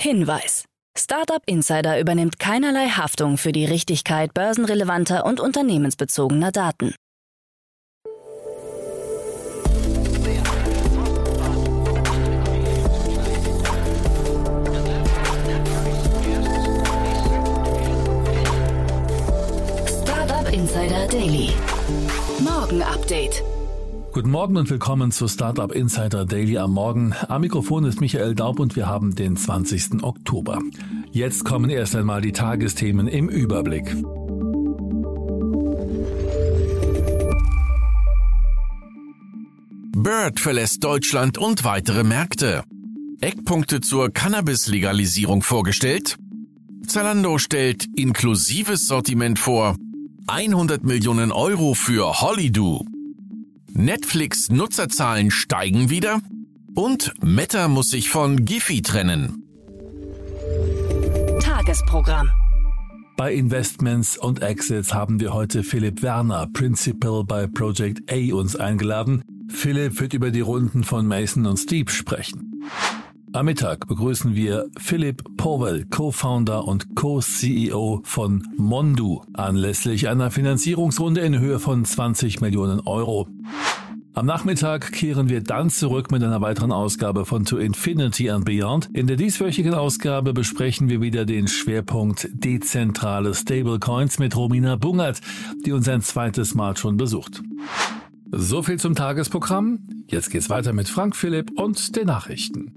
Hinweis: Startup Insider übernimmt keinerlei Haftung für die Richtigkeit börsenrelevanter und unternehmensbezogener Daten. Startup Insider Daily. Morgen Update. Guten Morgen und willkommen zu Startup Insider Daily am Morgen. Am Mikrofon ist Michael Daub und wir haben den 20. Oktober. Jetzt kommen erst einmal die Tagesthemen im Überblick. Bird verlässt Deutschland und weitere Märkte. Eckpunkte zur Cannabis-Legalisierung vorgestellt. Zalando stellt inklusives Sortiment vor. 100 Millionen Euro für Holidoo. Netflix-Nutzerzahlen steigen wieder und Meta muss sich von Giphy trennen. Tagesprogramm. Bei Investments und Exits haben wir heute Philipp Werner, Principal bei Project A, uns eingeladen. Philipp wird über die Runden von Mason & Steep sprechen. Am Mittag begrüßen wir Philipp Powell, Co-Founder und Co-CEO von Mondu, anlässlich einer Finanzierungsrunde in Höhe von 20 Millionen Euro. Am Nachmittag kehren wir dann zurück mit einer weiteren Ausgabe von To Infinity and Beyond. In der dieswöchigen Ausgabe besprechen wir wieder den Schwerpunkt dezentrale Stablecoins mit Romina Bungert, die uns ein zweites Mal schon besucht. So viel zum Tagesprogramm. Jetzt geht's weiter mit Frank Philipp und den Nachrichten.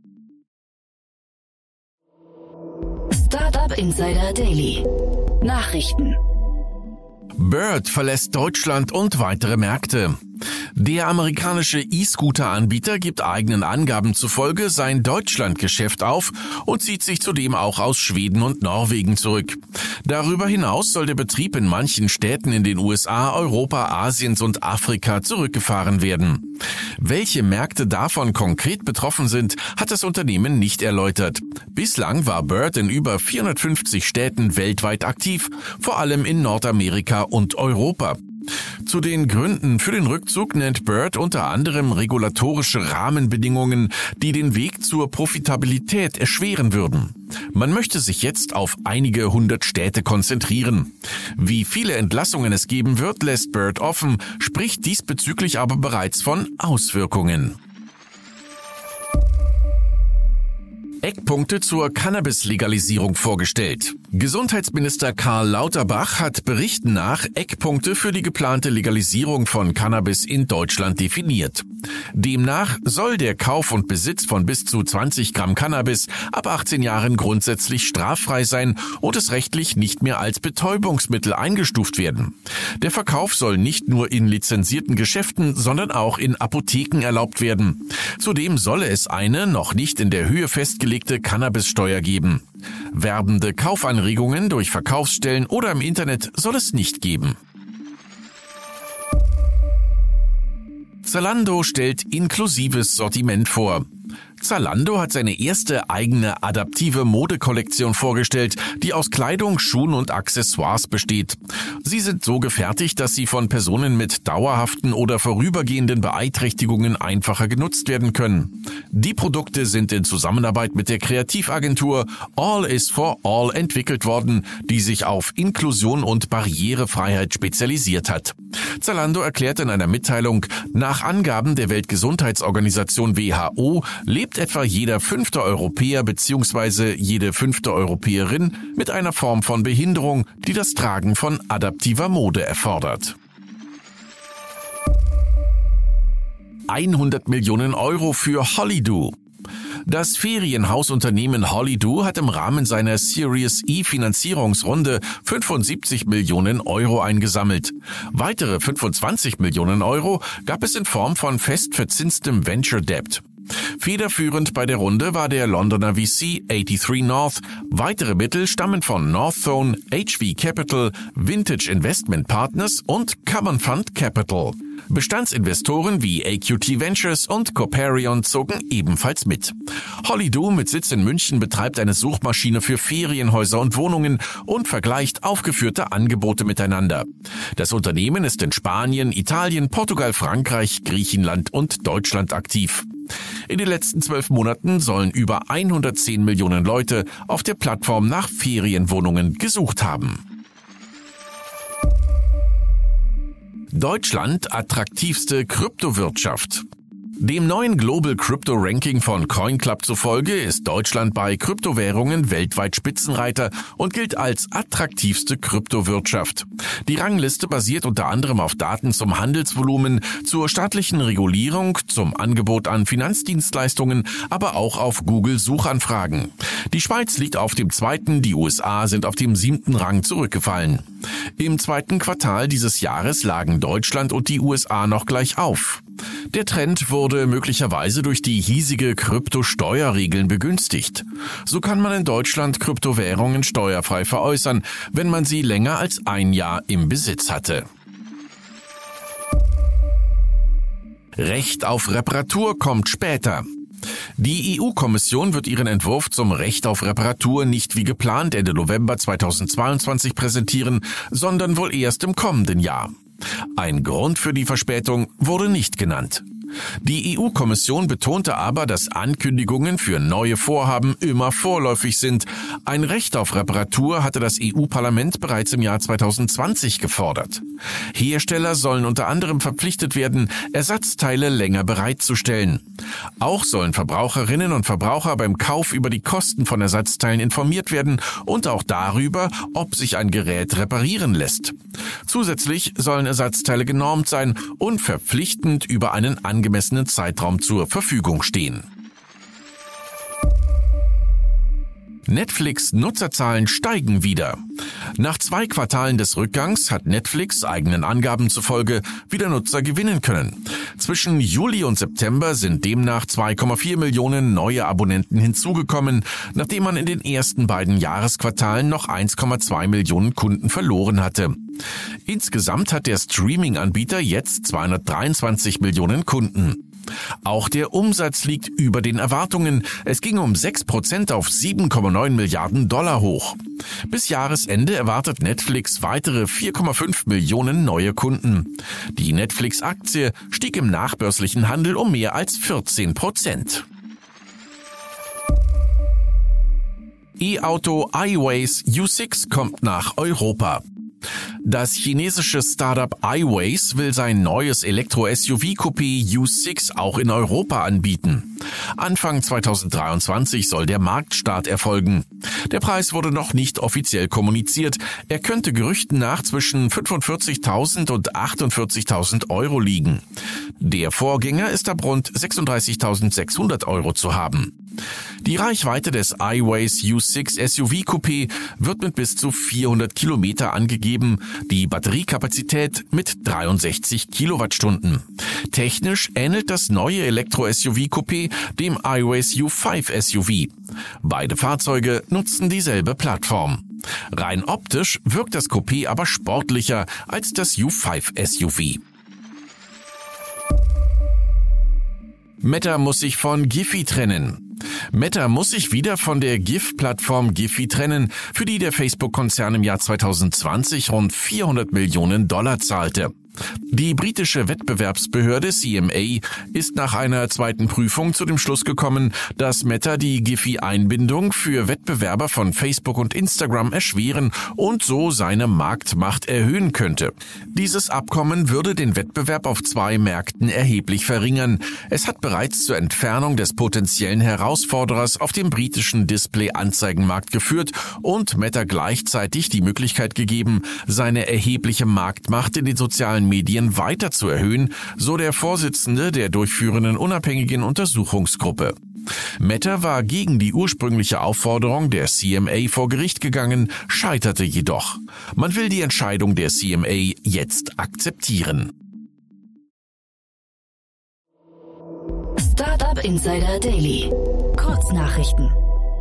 Startup Insider Daily. Nachrichten. Bird verlässt Deutschland und weitere Märkte. Der amerikanische E-Scooter-Anbieter gibt eigenen Angaben zufolge sein Deutschlandgeschäft auf und zieht sich zudem auch aus Schweden und Norwegen zurück. Darüber hinaus soll der Betrieb in manchen Städten in den USA, Europa, Asiens und Afrika zurückgefahren werden. Welche Märkte davon konkret betroffen sind, hat das Unternehmen nicht erläutert. Bislang war Bird in über 450 Städten weltweit aktiv, vor allem in Nordamerika und Europa. Zu den Gründen für den Rückzug nennt Bird unter anderem regulatorische Rahmenbedingungen, die den Weg zur Profitabilität erschweren würden. Man möchte sich jetzt auf einige 100 Städte konzentrieren. Wie viele Entlassungen es geben wird, lässt Bird offen, spricht diesbezüglich aber bereits von Auswirkungen. Eckpunkte zur Cannabis-Legalisierung vorgestellt. Gesundheitsminister Karl Lauterbach hat Berichten nach Eckpunkte für die geplante Legalisierung von Cannabis in Deutschland definiert. Demnach soll der Kauf und Besitz von bis zu 20 Gramm Cannabis ab 18 Jahren grundsätzlich straffrei sein und es rechtlich nicht mehr als Betäubungsmittel eingestuft werden. Der Verkauf soll nicht nur in lizenzierten Geschäften, sondern auch in Apotheken erlaubt werden. Zudem solle es eine noch nicht in der Höhe festgelegte Cannabissteuer geben. Werbende Kaufanregungen durch Verkaufsstellen oder im Internet soll es nicht geben. Zalando stellt inklusives Sortiment vor. Zalando hat seine erste eigene adaptive Modekollektion vorgestellt, die aus Kleidung, Schuhen und Accessoires besteht. Sie sind so gefertigt, dass sie von Personen mit dauerhaften oder vorübergehenden Beeinträchtigungen einfacher genutzt werden können. Die Produkte sind in Zusammenarbeit mit der Kreativagentur All is for All entwickelt worden, die sich auf Inklusion und Barrierefreiheit spezialisiert hat. Zalando erklärt in einer Mitteilung, nach Angaben der Weltgesundheitsorganisation WHO lebt etwa jeder 5. Europäer bzw. jede 5. Europäerin mit einer Form von Behinderung, die das Tragen von adaptiver Mode erfordert. 100 Millionen Euro für Holidoo. Das Ferienhausunternehmen Holidoo hat im Rahmen seiner Series E Finanzierungsrunde 75 Millionen Euro eingesammelt. Weitere 25 Millionen Euro gab es in Form von fest verzinstem Venture Debt. Federführend bei der Runde war der Londoner VC 83 North. Weitere Mittel stammen von Northzone, HV Capital, Vintage Investment Partners und Common Fund Capital. Bestandsinvestoren wie AQT Ventures und Coperion zogen ebenfalls mit. Holidoo mit Sitz in München betreibt eine Suchmaschine für Ferienhäuser und Wohnungen und vergleicht aufgeführte Angebote miteinander. Das Unternehmen ist in Spanien, Italien, Portugal, Frankreich, Griechenland und Deutschland aktiv. In den letzten 12 Monaten sollen über 110 Millionen Leute auf der Plattform nach Ferienwohnungen gesucht haben. Deutschland attraktivste Kryptowirtschaft. Dem neuen Global Crypto Ranking von CoinClub zufolge ist Deutschland bei Kryptowährungen weltweit Spitzenreiter und gilt als attraktivste Kryptowirtschaft. Die Rangliste basiert unter anderem auf Daten zum Handelsvolumen, zur staatlichen Regulierung, zum Angebot an Finanzdienstleistungen, aber auch auf Google-Suchanfragen. Die Schweiz liegt auf dem 2., die USA sind auf dem 7. Rang zurückgefallen. Im 2. Quartal dieses Jahres lagen Deutschland und die USA noch gleich auf. Der Trend wurde möglicherweise durch die hiesige Kryptosteuerregeln begünstigt. So kann man in Deutschland Kryptowährungen steuerfrei veräußern, wenn man sie länger als ein Jahr im Besitz hatte. Recht auf Reparatur kommt später. Die EU-Kommission wird ihren Entwurf zum Recht auf Reparatur nicht wie geplant Ende November 2022 präsentieren, sondern wohl erst im kommenden Jahr. Ein Grund für die Verspätung wurde nicht genannt. Die EU-Kommission betonte aber, dass Ankündigungen für neue Vorhaben immer vorläufig sind. Ein Recht auf Reparatur hatte das EU-Parlament bereits im Jahr 2020 gefordert. Hersteller sollen unter anderem verpflichtet werden, Ersatzteile länger bereitzustellen. Auch sollen Verbraucherinnen und Verbraucher beim Kauf über die Kosten von Ersatzteilen informiert werden und auch darüber, ob sich ein Gerät reparieren lässt. Zusätzlich sollen Ersatzteile genormt sein und verpflichtend über einen angemessenen Zeitraum zur Verfügung stehen. Netflix-Nutzerzahlen steigen wieder. Nach 2 Quartalen des Rückgangs hat Netflix eigenen Angaben zufolge wieder Nutzer gewinnen können. Zwischen Juli und September sind demnach 2,4 Millionen neue Abonnenten hinzugekommen, nachdem man in den ersten beiden Jahresquartalen noch 1,2 Millionen Kunden verloren hatte. Insgesamt hat der Streaming-Anbieter jetzt 223 Millionen Kunden. Auch der Umsatz liegt über den Erwartungen. Es ging um 6% auf 7,9 Milliarden Dollar hoch. Bis Jahresende erwartet Netflix weitere 4,5 Millionen neue Kunden. Die Netflix-Aktie stieg im nachbörslichen Handel um mehr als 14%. E-Auto iWays U6 kommt nach Europa. Das chinesische Startup iWays will sein neues Elektro-SUV-Coupé U6 auch in Europa anbieten. Anfang 2023 soll der Marktstart erfolgen. Der Preis wurde noch nicht offiziell kommuniziert. Er könnte Gerüchten nach zwischen 45.000 und 48.000 Euro liegen. Der Vorgänger ist ab rund 36.600 Euro zu haben. Die Reichweite des iWays U6 SUV Coupé wird mit bis zu 400 Kilometer angegeben, die Batteriekapazität mit 63 Kilowattstunden. Technisch ähnelt das neue Elektro-SUV Coupé dem iWays U5 SUV. Beide Fahrzeuge nutzen dieselbe Plattform. Rein optisch wirkt das Coupé aber sportlicher als das U5 SUV. Meta muss sich von Giphy trennen. Meta muss sich wieder von der GIF-Plattform Giphy trennen, für die der Facebook-Konzern im Jahr 2020 rund 400 Millionen Dollar zahlte. Die britische Wettbewerbsbehörde CMA ist nach einer zweiten Prüfung zu dem Schluss gekommen, dass Meta die Giphy-Einbindung für Wettbewerber von Facebook und Instagram erschweren und so seine Marktmacht erhöhen könnte. Dieses Abkommen würde den Wettbewerb auf 2 Märkten erheblich verringern. Es hat bereits zur Entfernung des potenziellen Herausforderers auf dem britischen Display-Anzeigenmarkt geführt und Meta gleichzeitig die Möglichkeit gegeben, seine erhebliche Marktmacht in den sozialen Medien weiter zu erhöhen, so der Vorsitzende der durchführenden unabhängigen Untersuchungsgruppe. Meta war gegen die ursprüngliche Aufforderung der CMA vor Gericht gegangen, scheiterte jedoch. Man will die Entscheidung der CMA jetzt akzeptieren. Startup Insider Daily. Kurznachrichten.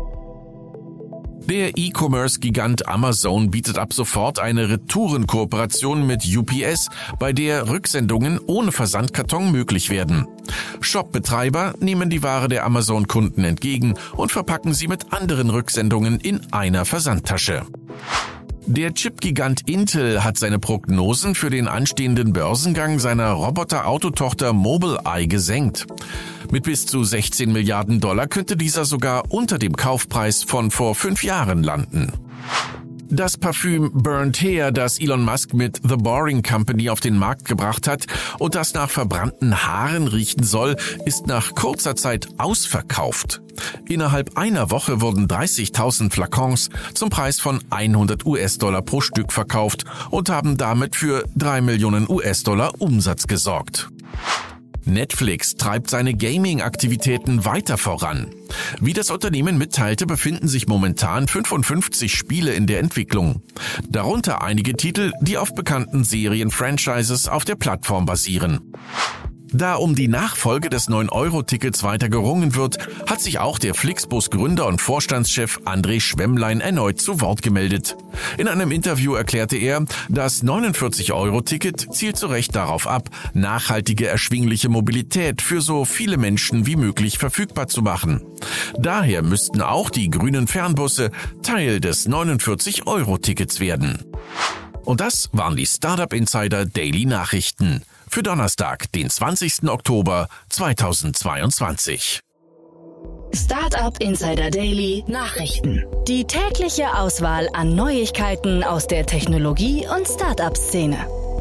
Der E-Commerce-Gigant Amazon bietet ab sofort eine Retourenkooperation mit UPS, bei der Rücksendungen ohne Versandkarton möglich werden. Shop-Betreiber nehmen die Ware der Amazon-Kunden entgegen und verpacken sie mit anderen Rücksendungen in einer Versandtasche. Der Chipgigant Intel hat seine Prognosen für den anstehenden Börsengang seiner Roboter-Autotochter Mobileye gesenkt. Mit bis zu 16 Milliarden Dollar könnte dieser sogar unter dem Kaufpreis von vor 5 Jahren landen. Das Parfüm Burnt Hair, das Elon Musk mit The Boring Company auf den Markt gebracht hat und das nach verbrannten Haaren riechen soll, ist nach kurzer Zeit ausverkauft. Innerhalb einer Woche wurden 30.000 Flakons zum Preis von $100 pro Stück verkauft und haben damit für 3 Millionen US-Dollar Umsatz gesorgt. Netflix treibt seine Gaming-Aktivitäten weiter voran. Wie das Unternehmen mitteilte, befinden sich momentan 55 Spiele in der Entwicklung. Darunter einige Titel, die auf bekannten Serien-Franchises auf der Plattform basieren. Da um die Nachfolge des 9-Euro-Tickets weiter gerungen wird, hat sich auch der Flixbus-Gründer und Vorstandschef André Schwemmlein erneut zu Wort gemeldet. In einem Interview erklärte er, das 49-Euro-Ticket zielt zu Recht darauf ab, nachhaltige, erschwingliche Mobilität für so viele Menschen wie möglich verfügbar zu machen. Daher müssten auch die grünen Fernbusse Teil des 49-Euro-Tickets werden. Und das waren die Startup Insider Daily Nachrichten für Donnerstag, den 20. Oktober 2022. Startup Insider Daily Nachrichten. Die tägliche Auswahl an Neuigkeiten aus der Technologie- und Startup-Szene.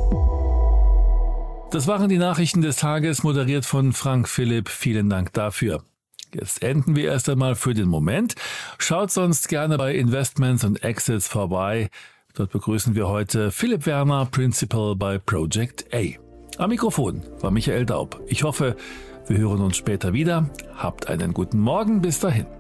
Das waren die Nachrichten des Tages, moderiert von Frank Philipp. Vielen Dank dafür. Jetzt enden wir erst einmal für den Moment. Schaut sonst gerne bei Investments und Exits vorbei. Dort begrüßen wir heute Philipp Werner, Principal bei Project A. Am Mikrofon war Michael Daub. Ich hoffe, wir hören uns später wieder. Habt einen guten Morgen. Bis dahin.